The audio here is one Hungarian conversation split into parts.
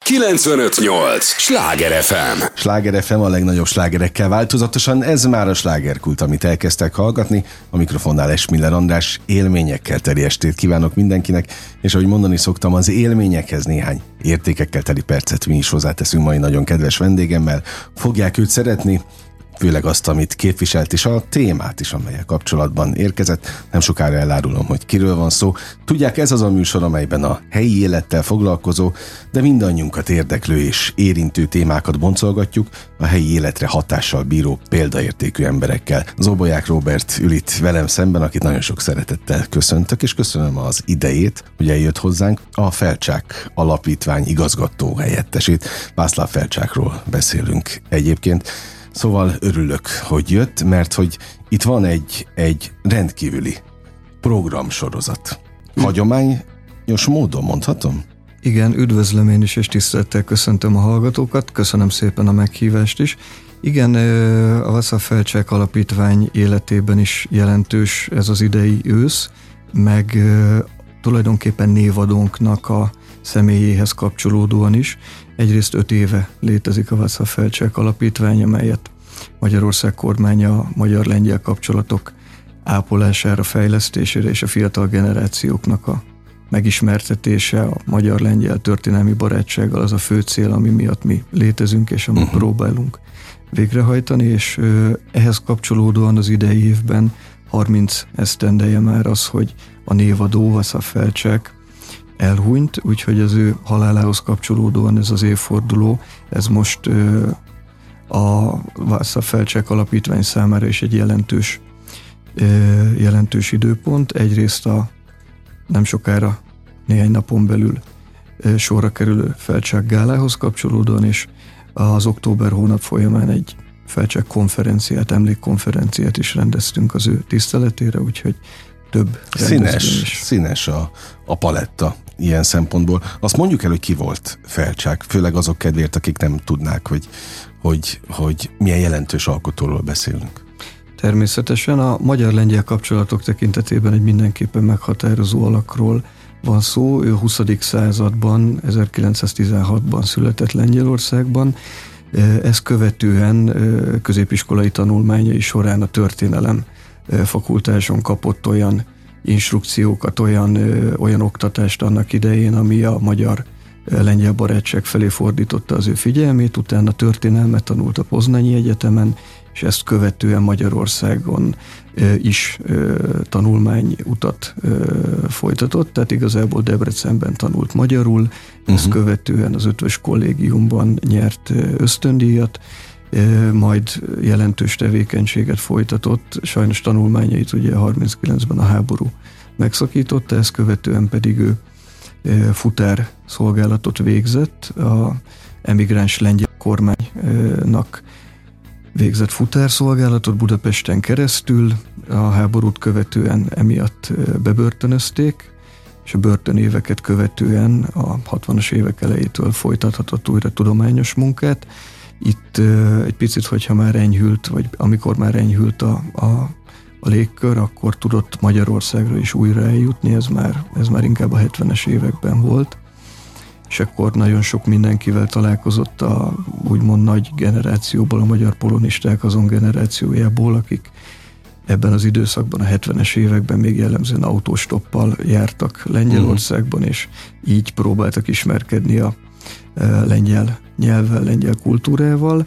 95.8 Sláger FM. Sláger FM a legnagyobb slágerekkel változatosan, ez már a slágerkult, amit elkezdtek hallgatni. A mikrofonnál Esmiller András, élményekkel teli estét kívánok mindenkinek, és ahogy mondani szoktam, az élményekhez néhány értékekkel teli percet mi is hozzáteszünk mai nagyon kedves vendégemmel. Fogják őt szeretni, főleg azt, amit képviselt, és a témát is, amellyel kapcsolatban érkezett. Nem sokára elárulom, hogy kiről van szó. Tudják, ez az a műsor, amelyben a helyi élettel foglalkozó, de mindannyiunkat érdeklő és érintő témákat boncolgatjuk a helyi életre hatással bíró példaértékű emberekkel. Zobolyák Róbert ül itt velem szemben, akit nagyon sok szeretettel köszöntök, és köszönöm az idejét, hogy eljött hozzánk. A Felcsák Alapítvány igazgató helyettesét, Václav Felcsákról beszélünk egyébként. Szóval örülök, hogy jött, mert hogy itt van egy rendkívüli programsorozat. Hagyományos módon mondhatom? Igen, üdvözlöm én is, és tisztelettel köszöntöm a hallgatókat, köszönöm szépen a meghívást is. Igen, a Václav Felcsák Alapítvány életében is jelentős ez az idei ősz, meg tulajdonképpen névadónknak a személyéhez kapcsolódóan is. Egyrészt 5 éve létezik a Václav Felcsák Alapítvány, amelyet Magyarország kormánya a magyar-lengyel kapcsolatok ápolására, fejlesztésére és a fiatal generációknak a megismertetése, a magyar-lengyel történelmi barátsággal az a fő cél, ami miatt mi létezünk és amit próbálunk végrehajtani, és ehhez kapcsolódóan az idei évben 30 esztendeje már az, hogy a névadó Václav Felcsák elhunyt, úgyhogy az ő halálához kapcsolódóan ez az évforduló, ez most a Václav Felcsák Alapítvány számára is egy jelentős időpont. Egyrészt a nem sokára, néhány napon belül sorra kerülő Felcsák gálához kapcsolódóan, és az október hónap folyamán egy Felcsák konferenciát, emlékkonferenciát is rendeztünk az ő tiszteletére, úgyhogy több színes a paletta ilyen szempontból. Azt mondjuk el, hogy ki volt Felcsák, főleg azok kedvéért, akik nem tudnák, hogy milyen jelentős alkotóról beszélünk. Természetesen a magyar-lengyel kapcsolatok tekintetében egy mindenképpen meghatározó alakról van szó. Ő 20. században, 1916-ban született Lengyelországban. Ezt követően középiskolai tanulmányai során a történelem fakultáson kapott olyan instrukciókat, olyan oktatást annak idején, ami a magyar-lengyel barátság felé fordította az ő figyelmét, utána történelmet tanult a Poznanyi Egyetemen, és ezt követően Magyarországon is tanulmányutat folytatott, tehát igazából Debrecenben tanult magyarul, ezt követően az Ötvös Kollégiumban nyert ösztöndíjat, majd jelentős tevékenységet folytatott, sajnos tanulmányait ugye 39-ben a háború megszakította, ezt követően pedig ő futár szolgálatot végzett, a emigráns lengyel kormánynak végzett futárszolgálatot Budapesten keresztül, a háborút követően emiatt bebörtönözték, és a börtönéveket követően a 60-as évek elejétől folytathatott újra tudományos munkát. Itt egy picit, hogyha már enyhült, vagy amikor már enyhült a légkör, akkor tudott Magyarországra is újra eljutni, ez már inkább a 70-es években volt, és akkor nagyon sok mindenkivel találkozott a úgymond nagy generációból, a magyar polonisták azon generációjából, akik ebben az időszakban, a 70-es években még jellemzően autóstoppal jártak Lengyelországban, és így próbáltak ismerkedni a lengyel nyelvvel, lengyel kultúrával.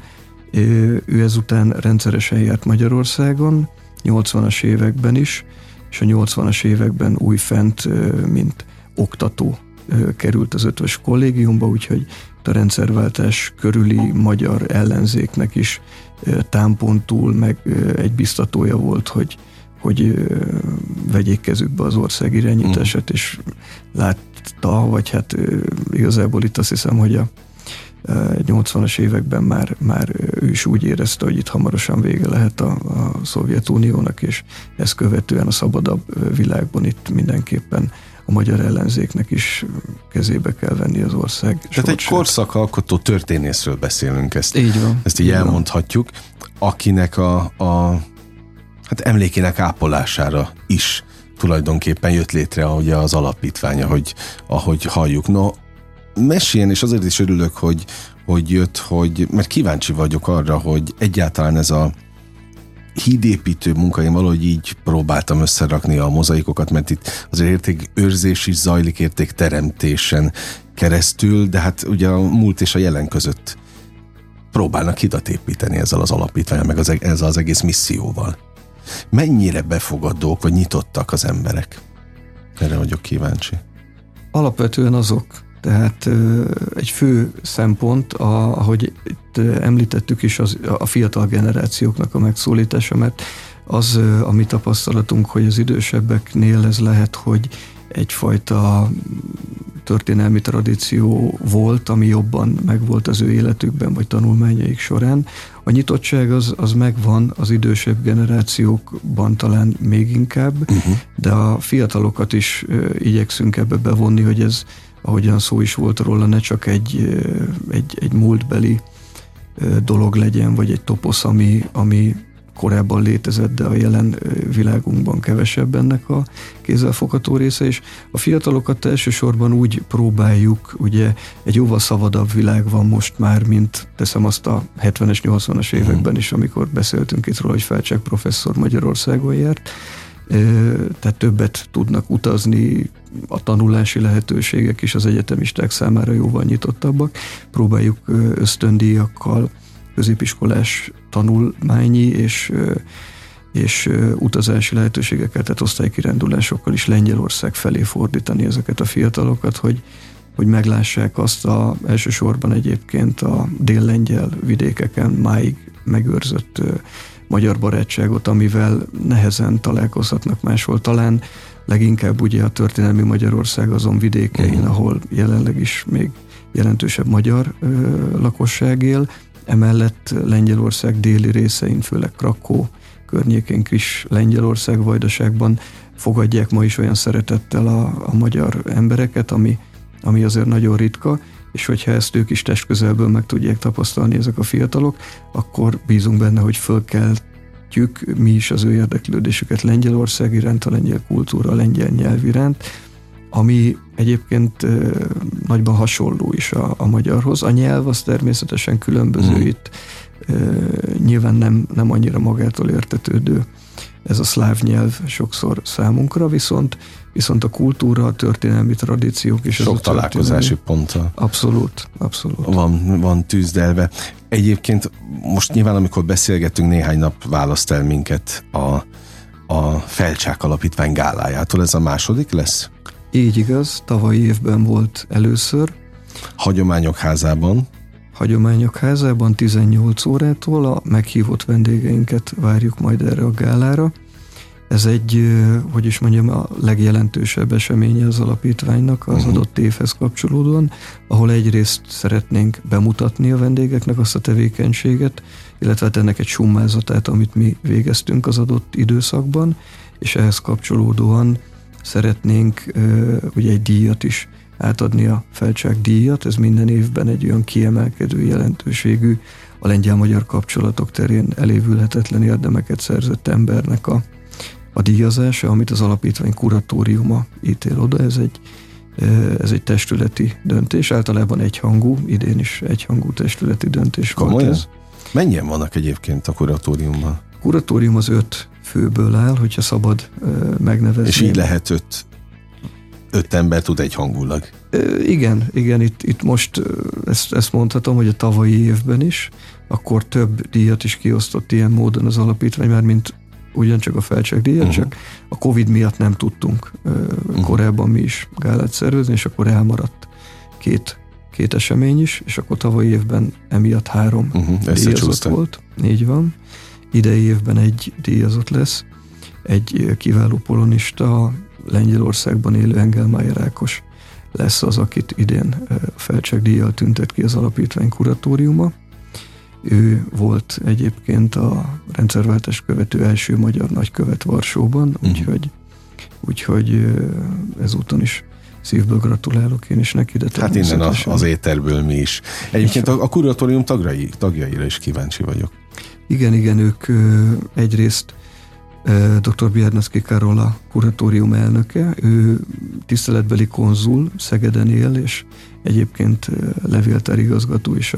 Ő ezután rendszeresen járt Magyarországon, 80-as években is, és a 80-as években újfent, mint oktató került az Ötvös Kollégiumba, úgyhogy a rendszerváltás körüli magyar ellenzéknek is támpontul, meg egy biztatója volt, hogy vegyék kezükbe az ország irányítását, és látta, vagy hát igazából itt azt hiszem, hogy a 80-as években már ő is úgy érezte, hogy itt hamarosan vége lehet a Szovjetuniónak, és ezt követően a szabadabb világban itt mindenképpen a magyar ellenzéknek is kezébe kell venni az ország. Tehát egy korszakalkotó történészről beszélünk, ezt így van, ezt így elmondhatjuk, akinek a emlékének ápolására is tulajdonképpen jött létre ugye az alapítvány, ahogy halljuk. No, meséljen, és azért is örülök, hogy jött, mert kíváncsi vagyok arra, hogy egyáltalán ez a hídépítő munka, én valahogy így próbáltam összerakni a mozaikokat, mert itt az értékőrzés is zajlik értékteremtésen keresztül, de hát ugye a múlt és a jelen között próbálnak hidat építeni ezzel az alapítvánnyal, meg ezzel az egész misszióval. Mennyire befogadók, vagy nyitottak az emberek? Erre vagyok kíváncsi. Alapvetően azok. Tehát egy fő szempont, ahogy itt említettük is, a fiatal generációknak a megszólítása, mert az a mi tapasztalatunk, hogy az idősebbeknél ez lehet, hogy egyfajta történelmi tradíció volt, ami jobban megvolt az ő életükben, vagy tanulmányaik során. A nyitottság az megvan az idősebb generációkban talán még inkább, de a fiatalokat is igyekszünk ebbe bevonni, hogy ez, ahogyan szó is volt róla, ne csak egy múltbeli dolog legyen, vagy egy toposz, ami korábban létezett, de a jelen világunkban kevesebb ennek a kézzelfogható része, és a fiatalokat elsősorban úgy próbáljuk, ugye egy jóval szabadabb világ van most már, mint teszem azt a 70-es, 80-as években is, amikor beszéltünk itt róla, hogy Felcsák professzor Magyarországon járt, tehát többet tudnak utazni, a tanulási lehetőségek is az egyetemisták számára jóval nyitottabbak. Próbáljuk ösztöndíjakkal, középiskolás tanulmányi és utazási lehetőségekkel, tehát osztálykirándulásokkal is Lengyelország felé fordítani ezeket a fiatalokat, hogy meglássák azt elsősorban egyébként a dél-lengyel vidékeken máig megőrzött magyar barátságot, amivel nehezen találkozhatnak máshol. Talán leginkább ugye a történelmi Magyarország azon vidékein, ahol jelenleg is még jelentősebb magyar lakosság él. Emellett Lengyelország déli részein, főleg Krakó környékén, Kis Lengyelország vajdaságban fogadják ma is olyan szeretettel a magyar embereket, ami azért nagyon ritka, és hogyha ezt ők is testközelből meg tudják tapasztalni ezek a fiatalok, akkor bízunk benne, hogy fölkeltjük mi is az ő érdeklődésüket Lengyelország iránt, a lengyel kultúra, a lengyel nyelv iránt, ami egyébként nagyban hasonló is a magyarhoz. A nyelv az természetesen különböző itt, nyilván nem annyira magától értetődő ez a szláv nyelv sokszor számunkra, viszont a kultúra, a történelmi tradíciók és sok találkozási ponttal. Abszolút. Van tűzdelve. Egyébként most nyilván, amikor beszélgetünk, néhány nap választ el minket a Felcsák Alapítvány gálájától. Ez a második lesz? Így igaz, tavalyi évben volt először. Hagyományok házában. Hagyományok házában 18 órától a meghívott vendégeinket várjuk majd erre a gálára. Ez egy, a legjelentősebb eseménye az alapítványnak az adott évhez kapcsolódóan, ahol egyrészt szeretnénk bemutatni a vendégeknek azt a tevékenységet, illetve ennek egy summázatát, amit mi végeztünk az adott időszakban, és ehhez kapcsolódóan szeretnénk ugye egy díjat is átadni, a Felcsák díjat. Ez minden évben egy olyan kiemelkedő jelentőségű, a lengyel-magyar kapcsolatok terén elévülhetetlen érdemeket szerzett embernek a díjazása, amit az alapítvány kuratóriuma ítél oda. Ez egy testületi döntés, általában egyhangú, idén is egyhangú testületi döntés volt ez. Mennyien vannak egyébként a kuratóriumban? A kuratórium az 5 főből áll, hogyha szabad megnevezni. És így lehet 5 ember tud egyhangulag. Igen, itt most ezt mondhatom, hogy a tavalyi évben is, akkor több díjat is kiosztott ilyen módon az alapítvány, már mint ugyancsak a Felcsák díjat, csak a Covid miatt nem tudtunk korábban mi is gálát szervezni, és akkor elmaradt két esemény is, és akkor tavalyi évben emiatt 3 díjazott volt. Így van. Idei évben egy díjazott lesz. Egy kiváló polonista, Lengyelországban élő Engelmeier Ákos lesz az, akit idén a Felcsák díjjal tüntet ki az alapítvány kuratóriuma. Ő volt egyébként a rendszerváltást követő első magyar nagykövet Varsóban, úgyhogy ezúton is szívből gratulálok én is neki. De hát innen az éterből mi is. Egyébként a kuratórium tagjaira is kíváncsi vagyok. Igen, ők egyrészt dr. Biernacki Karol a kuratórium elnöke, ő tiszteletbeli konzul, Szegeden él, és egyébként levéltár igazgató is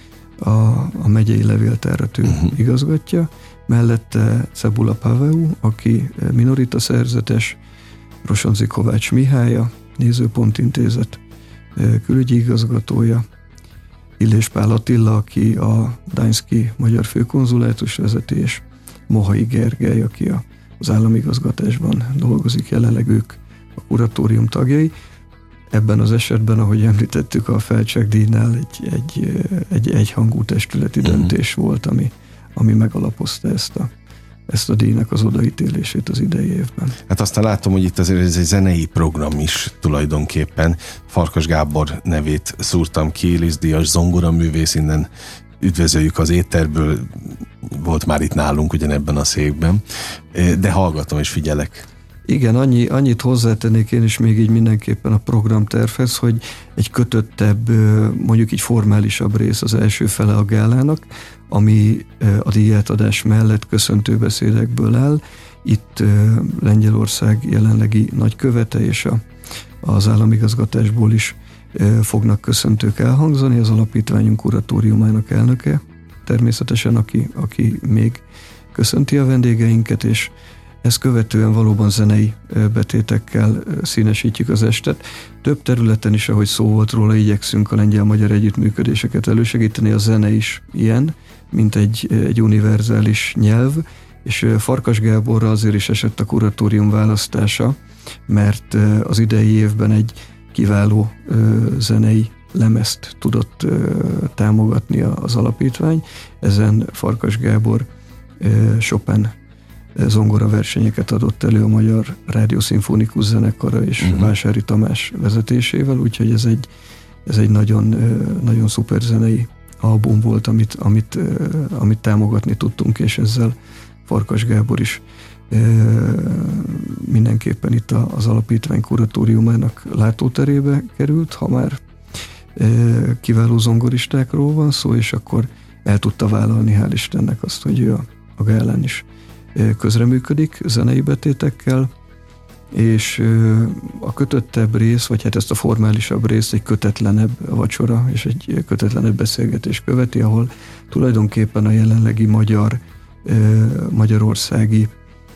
a megyei levéltárat ő igazgatja. Mellette Cebula Paveu, aki minorita szerzetes, Rosonzi Kovács Mihálya, Nézőpont Intézet külügyi igazgatója, Illés Pál Attila, aki a Gdański magyar főkonzulátus vezeti, és Mohai Gergely, aki az államigazgatásban dolgozik, jelenleg ők a kuratórium tagjai. Ebben az esetben, ahogy említettük, a Felcsek-díjnál egy egyhangú testületi döntés volt, ami megalapozta ezt a díjnak az odaítélését az idei évben. Hát aztán látom, hogy itt azért ez egy zenei program is tulajdonképpen. Farkas Gábor nevét szúrtam ki, Liszt-díjas zongoraművész, innen üdvözöljük az éterből, volt már itt nálunk ugyanebben a székben, de hallgatom és figyelek. Igen, annyit hozzátennék én is még így mindenképpen a programtervhez, hogy egy kötöttebb, mondjuk így formálisabb rész az első fele a gálának, ami a díjátadás mellett köszöntőbeszédekből áll. Itt Lengyelország jelenlegi nagykövete és az államigazgatásból is fognak köszöntők elhangzani, az alapítványunk kuratóriumának elnöke természetesen, aki még köszönti a vendégeinket, és ezt követően valóban zenei betétekkel színesítjük az estet. Több területen is, ahogy szó volt róla, igyekszünk a lengyel-magyar együttműködéseket elősegíteni, a zene is ilyen, mint egy univerzális nyelv, és Farkas Gáborra azért is esett a kuratórium választása, mert az idei évben egy kiváló zenei lemezt tudott támogatni az alapítvány. Ezen Farkas Gábor Chopin zongora versenyeket adott elő a Magyar Rádiószimfonikus Zenekara és Vásári Tamás vezetésével, úgyhogy ez egy nagyon, nagyon szuper zenei album volt, amit támogatni tudtunk, és ezzel Farkas Gábor is mindenképpen itt az alapítvány kuratóriumának látóterébe került, ha már kiváló zongoristákról van szó, és akkor el tudta vállalni, hál' Istennek azt, hogy ő a gálán is közreműködik zenei betétekkel, és a kötöttebb rész, vagy hát ezt a formálisabb részt egy kötetlenebb vacsora és egy kötetlenebb beszélgetés követi, ahol tulajdonképpen a jelenlegi magyarországi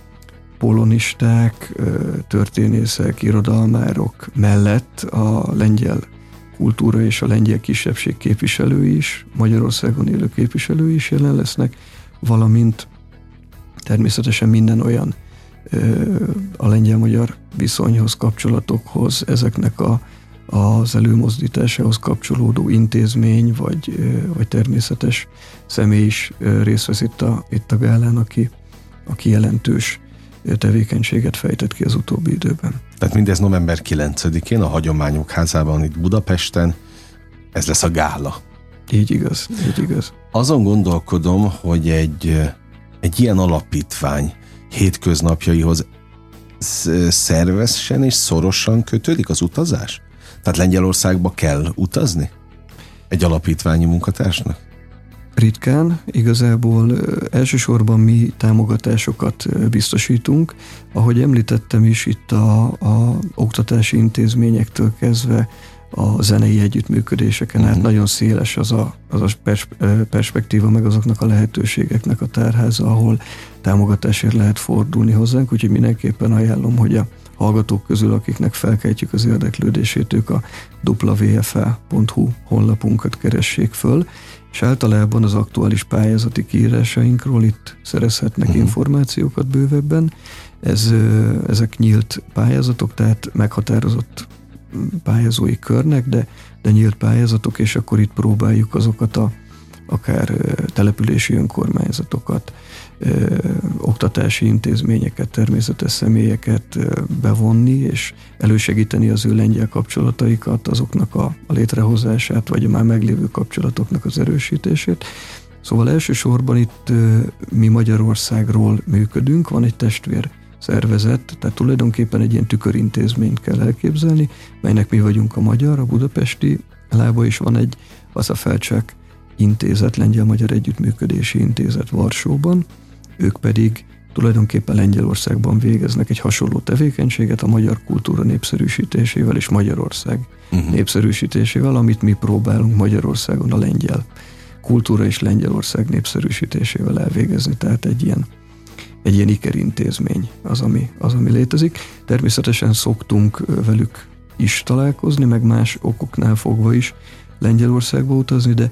polonisták, történészek, irodalmárok mellett a lengyel kultúra és a lengyel kisebbség képviselői is, Magyarországon élő képviselői is jelen lesznek, valamint természetesen minden olyan a lengyel-magyar viszonyhoz, kapcsolatokhoz, ezeknek az előmozdításához kapcsolódó intézmény, vagy természetes személy is részt vesz itt a gálán, aki jelentős tevékenységet fejtett ki az utóbbi időben. Tehát mindez november 9-én a Hagyományok Házában itt Budapesten, ez lesz a gála. Így igaz, így igaz. Azon gondolkodom, hogy egy ilyen alapítvány hétköznapjaihoz szervesen és szorosan kötődik az utazás? Tehát Lengyelországba kell utazni egy alapítványi munkatársnak? Ritkán, igazából elsősorban mi támogatásokat biztosítunk. Ahogy említettem is, itt a oktatási intézményektől kezdve a zenei együttműködéseken át nagyon széles az a perspektíva, meg azoknak a lehetőségeknek a tárháza, ahol támogatásért lehet fordulni hozzánk, úgyhogy mindenképpen ajánlom, hogy a hallgatók közül, akiknek felkeltjük az érdeklődését, ők a wfa.hu honlapunkat keressék föl, és általában az aktuális pályázati kiírásainkról itt szerezhetnek információkat bővebben. Ezek nyílt pályázatok, tehát meghatározott pályázói körnek, de nyílt pályázatok, és akkor itt próbáljuk azokat akár települési önkormányzatokat, oktatási intézményeket, természetes személyeket bevonni, és elősegíteni az ő lengyel kapcsolataikat, azoknak a létrehozását, vagy a már meglévő kapcsolatoknak az erősítését. Szóval elsősorban itt mi Magyarországról működünk, van egy testvér szervezet, tehát tulajdonképpen egy ilyen tükörintézményt kell elképzelni, melynek mi vagyunk a magyar, a budapesti lába is van egy Felcsek intézet, Lengyel-Magyar Együttműködési Intézet Varsóban, ők pedig tulajdonképpen Lengyelországban végeznek egy hasonló tevékenységet a magyar kultúra népszerűsítésével és Magyarország népszerűsítésével, amit mi próbálunk Magyarországon a lengyel kultúra és Lengyelország népszerűsítésével elvégezni. Tehát egy ilyen ikerintézmény az, ami létezik. Természetesen szoktunk velük is találkozni, meg más okoknál fogva is Lengyelországba utazni, de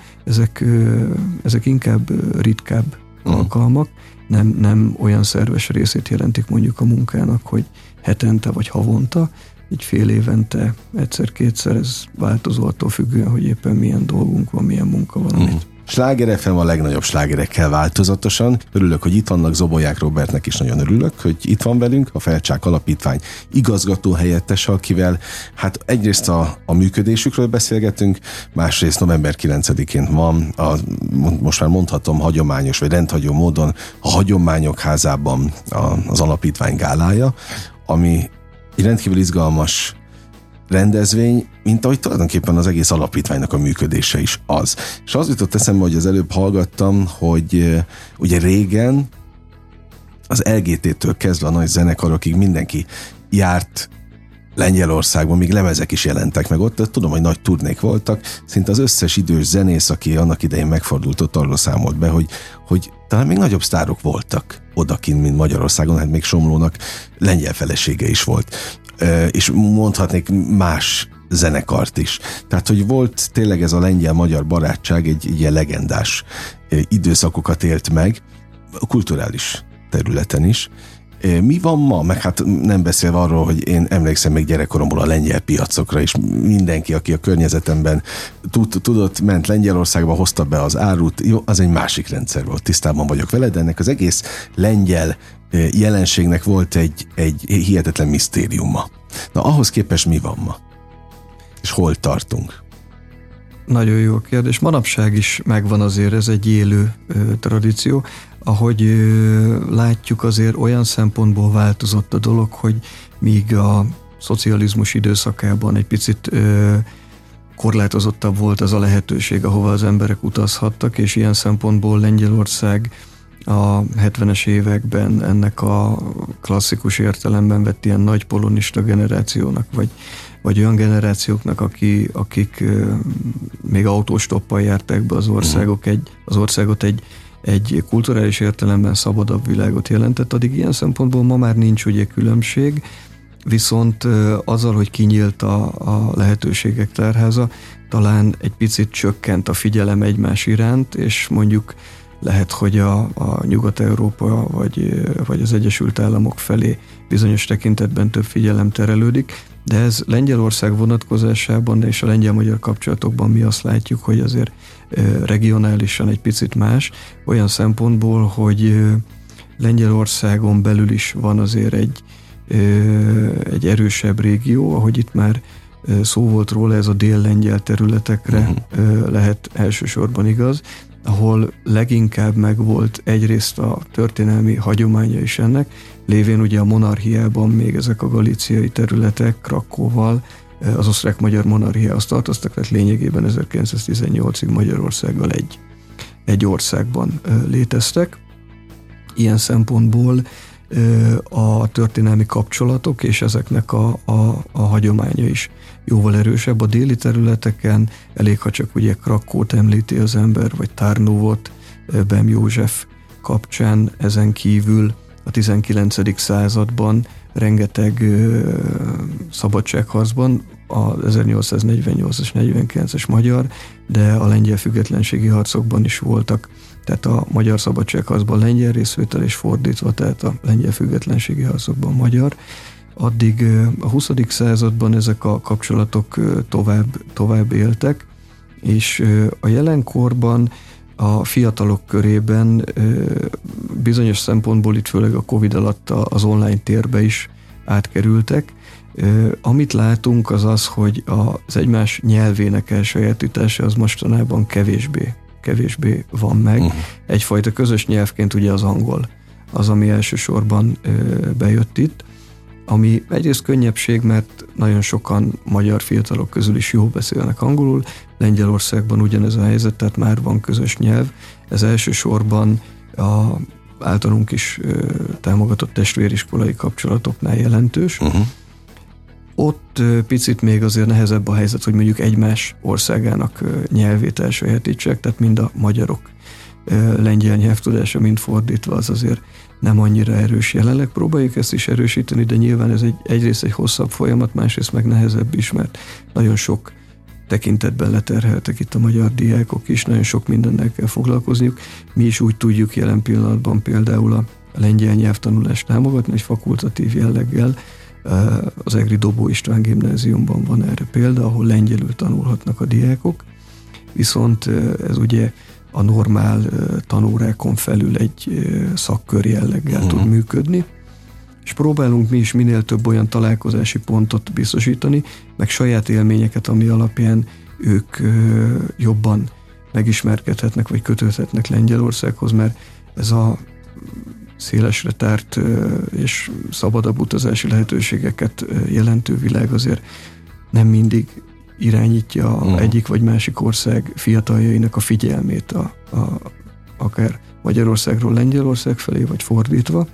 ezek inkább ritkább alkalmak, nem olyan szerves részét jelentik mondjuk a munkának, hogy hetente vagy havonta, így fél évente, egyszer-kétszer, ez változó attól függően, hogy éppen milyen dolgunk van, milyen munka van, amit Sláger FM a legnagyobb slágerekkel változatosan. Örülök, hogy itt vannak, Zobolyák Robertnek is nagyon örülök, hogy itt van velünk, a Felcsák Alapítvány igazgató helyettes, akivel hát egyrészt a működésükről beszélgetünk, másrészt november 9-én van, most már mondhatom hagyományos vagy rendhagyó módon a Hagyományok Házában az alapítvány gálája, ami egy rendkívül izgalmas rendezvény, mint ahogy tulajdonképpen az egész alapítványnak a működése is az. És az jutott eszembe, hogy az előbb hallgattam, hogy ugye régen az LGT-től kezdve a nagy zenekarokig mindenki járt Lengyelországban, még lemezek is jelentek meg ott, tudom, hogy nagy turnék voltak, szinte az összes idős zenész, aki annak idején megfordult, ott arról számolt be, hogy talán még nagyobb sztárok voltak odakint, mint Magyarországon, hát még Somlónak lengyel felesége is volt. És mondhatnék más zenekart is. Tehát, hogy volt tényleg ez a lengyel-magyar barátság egy ilyen legendás időszakokat élt meg, a kulturális területen is. Mi van ma? Meg hát nem beszélve arról, hogy én emlékszem még gyerekkoromból a lengyel piacokra, és mindenki, aki a környezetemben tudott, ment Lengyelországba, hozta be az árut, jó, az egy másik rendszer volt, tisztában vagyok vele, de ennek az egész lengyel jelenségnek volt egy hihetetlen misztériuma. Na, ahhoz képest mi van ma? És hol tartunk? Nagyon jó kérdés. Manapság is megvan azért, ez egy élő tradíció. Ahogy látjuk, azért olyan szempontból változott a dolog, hogy míg a szocializmus időszakában egy picit korlátozottabb volt az a lehetőség, ahova az emberek utazhattak, és ilyen szempontból Lengyelország a 70-es években ennek a klasszikus értelemben vett ilyen nagy polonista generációnak, vagy olyan generációknak, akik még autóstoppal járták be az országot egy kulturális értelemben szabadabb világot jelentett, addig ilyen szempontból ma már nincs ugye különbség, viszont azzal, hogy kinyílt a lehetőségek tárháza, talán egy picit csökkent a figyelem egymás iránt, és mondjuk lehet, hogy a Nyugat-Európa vagy az Egyesült Államok felé bizonyos tekintetben több figyelem terelődik, de ez Lengyelország vonatkozásában és a lengyel-magyar kapcsolatokban mi azt látjuk, hogy azért regionálisan egy picit más, olyan szempontból, hogy Lengyelországon belül is van azért egy erősebb régió, ahogy itt már szó volt róla, ez a dél-lengyel területekre lehet elsősorban igaz, ahol leginkább megvolt egyrészt a történelmi hagyománya is ennek, lévén ugye a monarchiában még ezek a galíciai területek Krakóval az osztrák-magyar monarchiához tartoztak, tehát lényegében 1918-ig Magyarországgal egy országban léteztek. Ilyen szempontból a történelmi kapcsolatok és ezeknek a hagyománya is jóval erősebb. A déli területeken elég, ha csak ugye Krakót említi az ember, vagy Tarnówot Bem József kapcsán, ezen kívül a 19. században rengeteg szabadságharcban, a 1848-as, 49-es magyar, de a lengyel függetlenségi harcokban is voltak, tehát a magyar szabadságharcban lengyel részvétel és fordítva, tehát a lengyel függetlenségi harcokban magyar. Addig a 20. században ezek a kapcsolatok tovább éltek, és a jelenkorban a fiatalok körében bizonyos szempontból itt főleg a Covid alatt az online térbe is átkerültek. Amit látunk az az, hogy az egymás nyelvének elsajátítása az mostanában kevésbé van meg. Egyfajta közös nyelvként ugye az angol az, ami elsősorban bejött itt, ami egyrészt könnyebbség, mert nagyon sokan magyar fiatalok közül is jól beszélnek angolul, Lengyelországban ugyanez a helyzet, tehát már van közös nyelv. Ez elsősorban a általunk is támogatott testvériskolai kapcsolatoknál jelentős. Ott picit még azért nehezebb a helyzet, hogy mondjuk egymás országának nyelvét elsajátítsák, tehát mind a magyarok lengyel nyelvtudása, mind fordítva, az azért nem annyira erős jelenleg. Próbáljuk ezt is erősíteni, de nyilván ez egyrészt egy hosszabb folyamat, másrészt meg nehezebb is, mert nagyon sok tekintetben leterheltek itt a magyar diákok is, nagyon sok mindennel kell foglalkozniuk. Mi is úgy tudjuk jelen pillanatban például a lengyel nyelvtanulást támogatni, egy fakultatív jelleggel. Az Egri Dobó István gimnáziumban van erre példa, ahol lengyelül tanulhatnak a diákok, viszont ez ugye a normál tanórákon felül egy szakkör jelleggel tud működni, és próbálunk mi is minél több olyan találkozási pontot biztosítani, meg saját élményeket, ami alapján ők jobban megismerkedhetnek, vagy kötődhetnek Lengyelországhoz, mert ez a szélesre tárt és szabadabb utazási lehetőségeket jelentő világ azért nem mindig irányítja egyik vagy másik ország fiataljainak a figyelmét akár Magyarországról Lengyelország felé, vagy fordítva.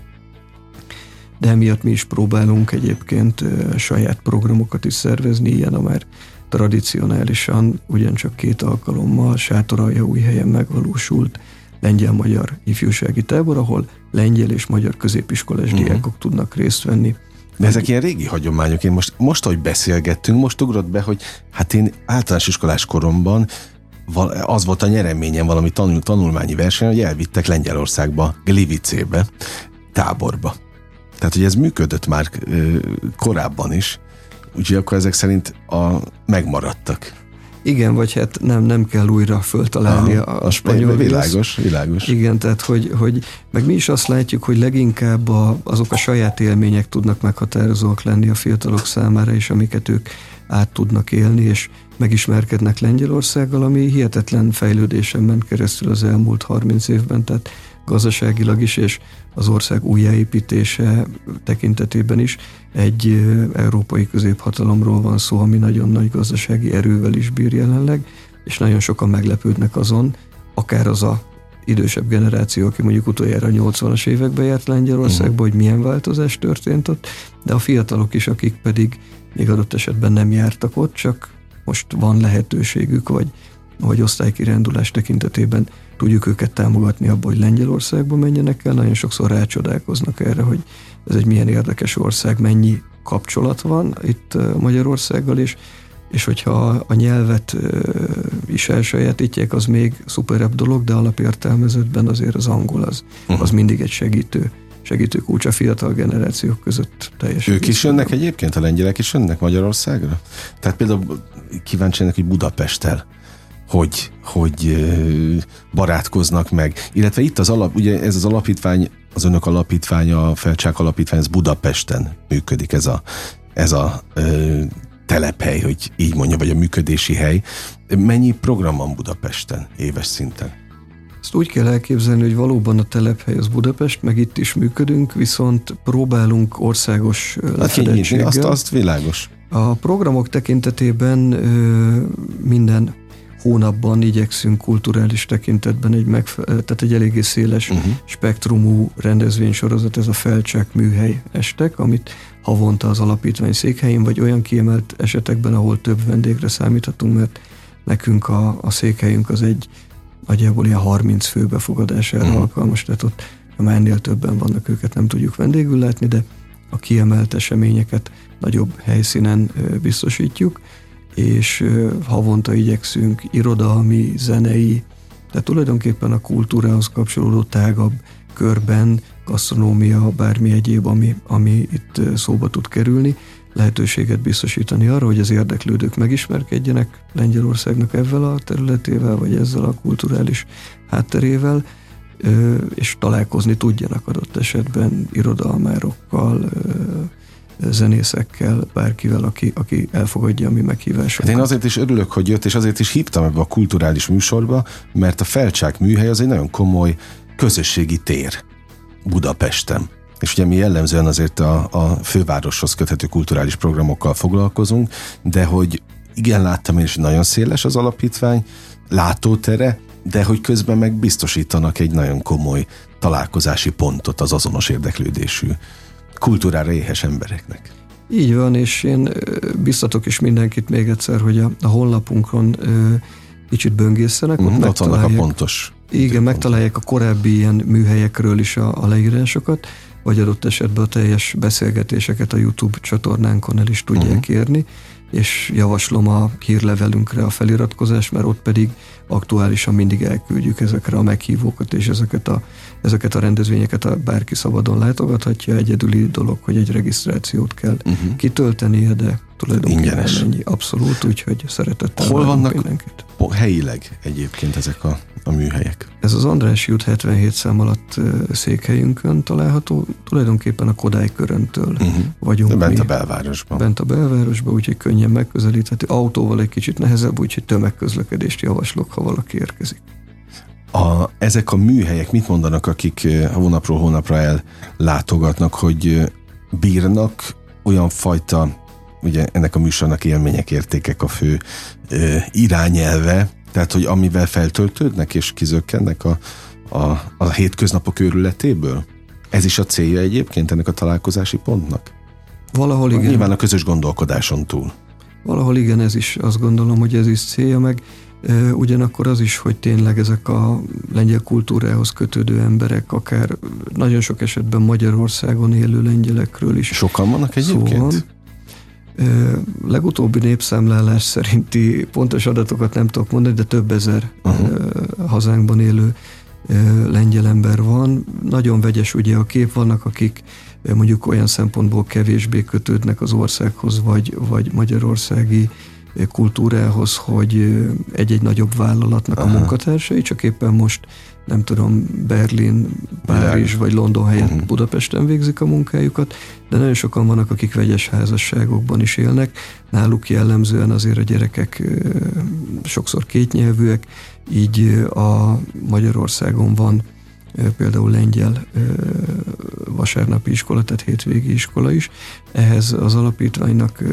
De emiatt mi is próbálunk egyébként saját programokat is szervezni, ilyen a már tradicionálisan ugyancsak 2 alkalommal Sátoraljaújhelyen megvalósult lengyel-magyar ifjúsági tábor, ahol lengyel és magyar középiskolás diákok tudnak részt venni. De ezek ilyen régi hagyományok. Én most, ahogy beszélgettünk, most ugrott be, hogy hát én általános iskolás koromban az volt a nyereményem valami tanulmányi verseny, hogy elvittek Lengyelországba, Glivicébe, táborba. Tehát, hogy ez működött már korábban is, úgyhogy akkor ezek szerint megmaradtak. Igen, vagy hát nem kell újra föltalálni a spanyol világos. Igen, tehát hogy meg mi is azt látjuk, hogy leginkább azok a saját élmények tudnak meghatározóak lenni a fiatalok számára, és amiket ők át tudnak élni, és megismerkednek Lengyelországgal, ami hihetetlen fejlődésen ment keresztül az elmúlt 30 évben, tehát gazdaságilag is, és az ország újjáépítése tekintetében is egy európai középhatalomról van szó, ami nagyon nagy gazdasági erővel is bír jelenleg, és nagyon sokan meglepődnek azon, akár az a idősebb generáció, aki mondjuk utoljára 80-as években járt Lengyelországba, hogy milyen változás történt ott, de a fiatalok is, akik pedig még adott esetben nem jártak ott, csak most van lehetőségük, vagy osztálykirándulás tekintetében tudjuk őket támogatni abban, hogy Lengyelországba menjenek el. Nagyon sokszor rácsodálkoznak erre, hogy ez egy milyen érdekes ország, mennyi kapcsolat van itt Magyarországgal is, és hogyha a nyelvet is elsajátítják, az még szuperebb dolog, de alapértelmezetben azért az angol az mindig egy segítő kulcs a fiatal generációk között teljesen. Ők is jönnek egyébként, a lengyelek is jönnek Magyarországra? Tehát például kíváncsi ennek, hogy Budapesttel hogy barátkoznak meg. Illetve itt ugye ez az alapítvány, az önök alapítványa, a Felcsák Alapítvány, ez Budapesten működik, ez a telephely, hogy így mondja, vagy a működési hely. Mennyi program van Budapesten éves szinten? Ezt úgy kell elképzelni, hogy valóban a telephely az Budapest, meg itt is működünk, viszont próbálunk országos lefedettséggel. Azt világos. A programok tekintetében minden hónapban igyekszünk kulturális tekintetben tehát egy eléggé széles spektrumú rendezvénysorozat, ez a Felcsák műhely estek, amit havonta az alapítvány székhelyén, vagy olyan kiemelt esetekben, ahol több vendégre számíthatunk, mert nekünk a székhelyünk az egy nagyjából ilyen 30 fő befogadására alkalmas, tehát ott már ennél többen vannak, őket nem tudjuk vendégül látni, de a kiemelt eseményeket nagyobb helyszínen biztosítjuk, és havonta igyekszünk irodalmi, zenei, tehát tulajdonképpen a kultúrához kapcsolódó tágabb körben, gasztronómia, bármi egyéb, ami itt szóba tud kerülni, lehetőséget biztosítani arra, hogy az érdeklődők megismerkedjenek Lengyelországnak ezzel a területével, vagy ezzel a kulturális hátterével, és találkozni tudjanak adott esetben irodalmárokkal, zenészekkel, bárkivel, aki elfogadja a mi meghívásunkat. Én azért is örülök, hogy jött, és azért is hívtam ebbe a kulturális műsorba, mert a Felcsák műhely az egy nagyon komoly közösségi tér Budapesten. És ugye mi jellemzően azért a fővároshoz köthető kulturális programokkal foglalkozunk, de hogy igen, láttam én is, nagyon széles az alapítvány látótere, de hogy közben meg biztosítanak egy nagyon komoly találkozási pontot az azonos érdeklődésű, kultúrára éhes embereknek. Így van, és én biztatok is mindenkit még egyszer, hogy a honlapunkon kicsit böngészenek. Ott vannak a pontos. Igen, megtalálják a korábbi ilyen műhelyekről is a leírásokat, vagy adott esetben a teljes beszélgetéseket a YouTube csatornánkon el is tudják érni, és javaslom a hírlevelünkre a feliratkozást, mert ott pedig aktuálisan mindig elküldjük ezekre a meghívókat, és ezeket a rendezvényeket bárki szabadon látogathatja. Egyedüli dolog, hogy egy regisztrációt kell kitöltenie, de tulajdonképpen ennyi. Abszolút, úgyhogy szeretettel hol vannak mindenkit. Helyileg egyébként ezek a műhelyek? Ez az Andrássy út 77 szám alatt székhelyünkön található, tulajdonképpen a Kodály köröntől vagyunk. De bent a belvárosban. Bent a belvárosban, úgyhogy könnyen megközelíthető. Autóval egy kicsit nehezebb, úgyhogy tömegközlekedést javaslok, ha valaki érkezik. Ezek a műhelyek mit mondanak, akik hónapról hónapra ellátogatnak, hogy bírnak olyan fajta, ugye ennek a műsornak élmények, értékek a fő irányelve, tehát, hogy amivel feltöltődnek és kizökkennek a hétköznapok őrületéből? Ez is a célja egyébként ennek a találkozási pontnak? Valahol igen. Nyilván a közös gondolkodáson túl. Valahol igen, ez is, azt gondolom, hogy ez is célja, meg ugyanakkor az is, hogy tényleg ezek a lengyel kultúrához kötődő emberek, akár nagyon sok esetben Magyarországon élő lengyelekről is. Sokan vannak egyébként? Legutóbbi népszámlálás szerinti pontos adatokat nem tudok mondani, de több ezer hazánkban élő lengyel ember van. Nagyon vegyes ugye a kép, vannak, akik mondjuk olyan szempontból kevésbé kötődnek az országhoz, vagy magyarországi kultúrához, hogy egy-egy nagyobb vállalatnak a munkatársai, csak éppen most nem tudom, Berlin, Párizs vagy London helyett Budapesten végzik a munkájukat, de nagyon sokan vannak, akik vegyes házasságokban is élnek. Náluk jellemzően azért a gyerekek sokszor kétnyelvűek, így a Magyarországon van például lengyel vasárnapi iskola, tehát hétvégi iskola is. Ehhez az alapítványnak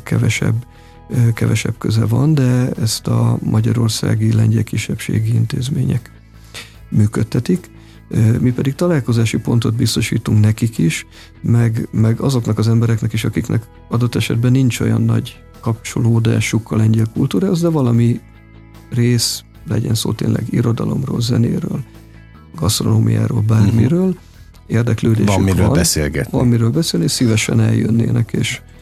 kevesebb köze van, de ezt a magyarországi lengyel kisebbségi intézmények működtetik. Mi pedig találkozási pontot biztosítunk nekik is, meg azoknak az embereknek is, akiknek adott esetben nincs olyan nagy kapcsolódásuk a lengyel kultúrához, de valami rész, legyen szó tényleg irodalomról, zenéről, gasztronómiáról, bármiről, érdeklődésük van. Van miről beszélni, szívesen eljönnének,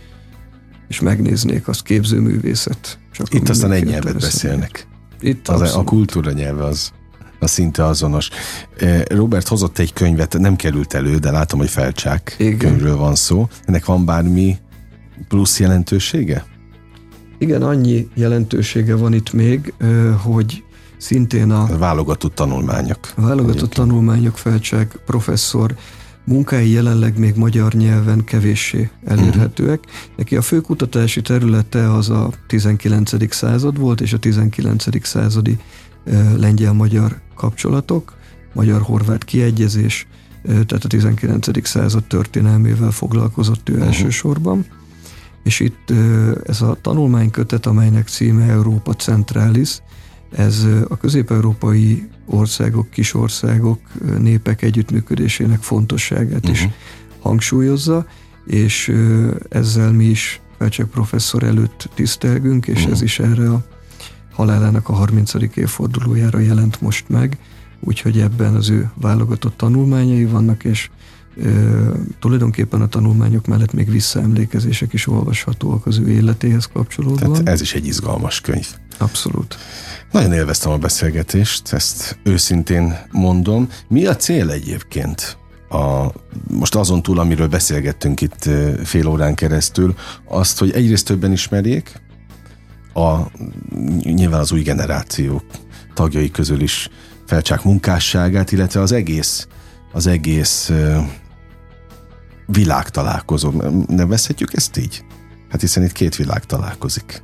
és megnéznék azt, képzőművészet. Csak itt aztán egy nyelvet beszélnek. Itt a kultúra nyelve az szinte azonos. Robert hozott egy könyvet, nem került elő, de látom, hogy Felcsák könyvről van szó. Ennek van bármi plusz jelentősége? Igen, annyi jelentősége van itt még, hogy szintén a válogatott tanulmányok. A válogatott tanulmányok, Felcsák professzor munkái jelenleg még magyar nyelven kevéssé elérhetőek. Neki a fő kutatási területe az a 19. század volt, és a 19. századi lengyel-magyar kapcsolatok, magyar-horvát kiegyezés, tehát a 19. század történelmével foglalkozott ő elsősorban. És itt ez a tanulmánykötet, amelynek címe Európa Centralis, ez a közép-európai országok, kisországok, népek együttműködésének fontosságát is hangsúlyozza, és ezzel mi is Felcsák professzor előtt tisztelgünk, és ez is erre a halálának a 30. évfordulójára jelent most meg, úgyhogy ebben az ő válogatott tanulmányai vannak, és tulajdonképpen a tanulmányok mellett még visszaemlékezések is olvashatóak az ő életéhez kapcsolódóan. Tehát ez is egy izgalmas könyv. Abszolút. Nagyon élveztem a beszélgetést, ezt őszintén mondom. Mi a cél egyébként? Most azon túl, amiről beszélgettünk itt fél órán keresztül, azt, hogy egyrészt többen ismerjék, nyilván az új generációk tagjai közül is Felcsák munkásságát, illetve az egész világ találkozó. Nevezhetjük ezt így? Hát hiszen itt két világ találkozik.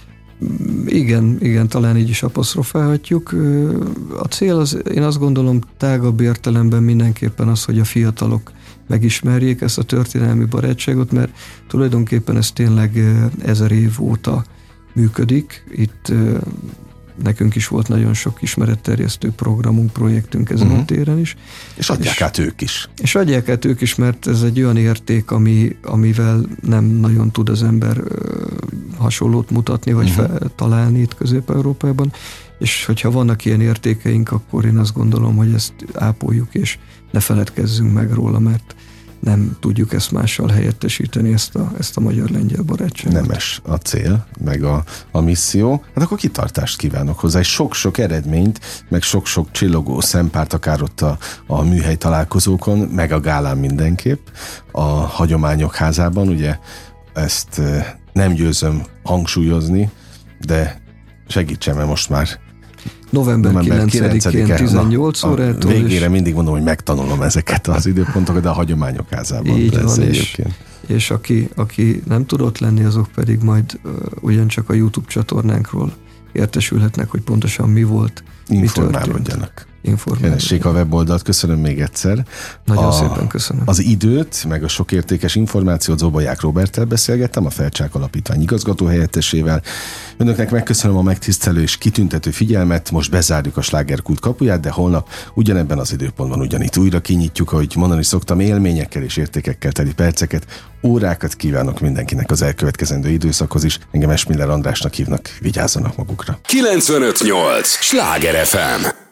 Igen, talán így is apostrofálhatjuk. A cél az, én azt gondolom, tágabb értelemben mindenképpen az, hogy a fiatalok megismerjék ezt a történelmi barátságot, mert tulajdonképpen ez tényleg 1000 év óta működik. Itt nekünk is volt nagyon sok ismeretterjesztő programunk, projektünk ezen a téren is. És adják át ők is. És adják át ők is, mert ez egy olyan érték, amivel nem nagyon tud az ember hasonlót mutatni, vagy találni itt Közép-Európában. És hogyha vannak ilyen értékeink, akkor én azt gondolom, hogy ezt ápoljuk, és ne feledkezzünk meg róla, mert nem tudjuk ezt mással helyettesíteni, ezt a magyar-lengyel barátságot. Nemes a cél, meg a misszió. Hát akkor kitartást kívánok hozzá, és sok-sok eredményt, meg sok-sok csillogó szempárt, akár ott a műhely találkozókon, meg a gálán mindenképp, a Hagyományok Házában, ugye ezt nem győzöm hangsúlyozni, de segítsen, mert most már November 9-én 18 órától. Végére mindig mondom, hogy megtanulom ezeket az időpontokat, de a Hagyományok Házában így lesz van, egyébként. És aki nem tudott lenni, azok pedig majd ugyancsak a YouTube csatornánkról értesülhetnek, hogy pontosan mi volt, informálódjanak. Keressék a weboldalt, köszönöm még egyszer. Nagyon szépen köszönöm. Az időt, meg a sok értékes információt Zobolyák Róberttel beszélgettem, a Felcsák Alapítvány igazgató helyettesével. Önöknek megköszönöm a megtisztelő és kitüntető figyelmet, most bezárjuk a Slágerkult kapuját, de holnap ugyanebben az időpontban ugyanitt újra kinyitjuk, ahogy mondani szoktam, élményekkel és értékekkel teli perceket, órákat kívánok mindenkinek az elkövetkezendő időszakhoz is. Engem Esmiller Andrásnak hívnak, vigyázzanak magukra. 95.8 Sláger FM